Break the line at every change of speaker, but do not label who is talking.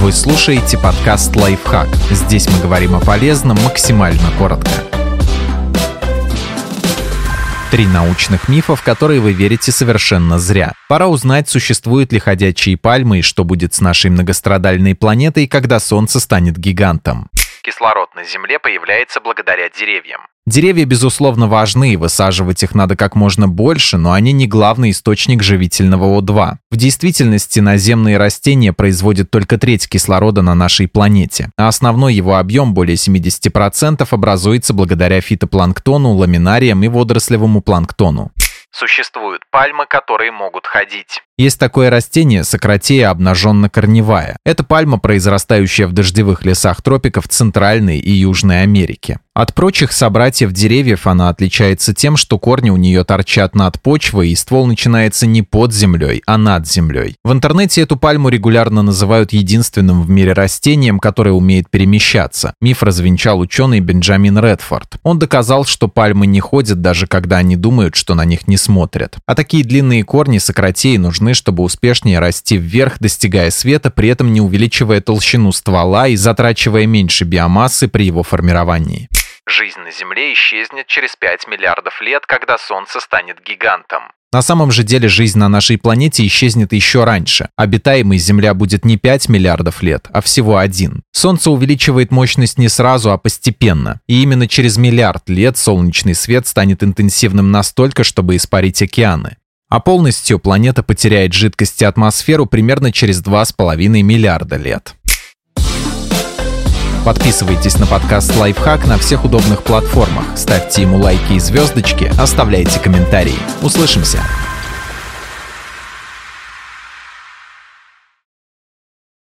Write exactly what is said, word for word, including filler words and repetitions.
Вы слушаете подкаст «Лайфхак». Здесь мы говорим о полезном максимально коротко. Три научных мифа, в которые вы верите совершенно зря. Пора узнать, существуют ли ходячие пальмы и что будет с нашей многострадальной планетой, когда Солнце станет гигантом.
Кислород на Земле появляется благодаря деревьям.
Деревья, безусловно, важны, высаживать их надо как можно больше, но они не главный источник живительного О два. В действительности наземные растения производят только треть кислорода на нашей планете, а основной его объем, более семьдесят процентов, образуется благодаря фитопланктону, ламинариям и водорослевому планктону.
Существуют пальмы, которые могут ходить.
Есть такое растение сократея обнаженно-корневая. Это пальма, произрастающая в дождевых лесах тропиков Центральной и Южной Америки. От прочих собратьев деревьев она отличается тем, что корни у нее торчат над почвой, и ствол начинается не под землей, а над землей. В интернете эту пальму регулярно называют единственным в мире растением, которое умеет перемещаться. Миф развенчал ученый Бенджамин Редфорд. Он доказал, что пальмы не ходят, даже когда они думают, что на них не смотрят. А такие длинные корни сократеи нужны, чтобы успешнее расти вверх, достигая света, при этом не увеличивая толщину ствола и затрачивая меньше биомассы при его формировании.
Жизнь на Земле исчезнет через пять миллиардов лет, когда Солнце станет гигантом.
На самом же деле жизнь на нашей планете исчезнет еще раньше. Обитаемой Земля будет не пять миллиардов лет, а всего один. Солнце увеличивает мощность не сразу, а постепенно. И именно через миллиард лет солнечный свет станет интенсивным настолько, чтобы испарить океаны. А полностью планета потеряет жидкость и атмосферу примерно через два с половиной миллиарда лет. Подписывайтесь на подкаст «Лайфхак» на всех удобных платформах, ставьте ему лайки и звездочки, оставляйте комментарии. Услышимся!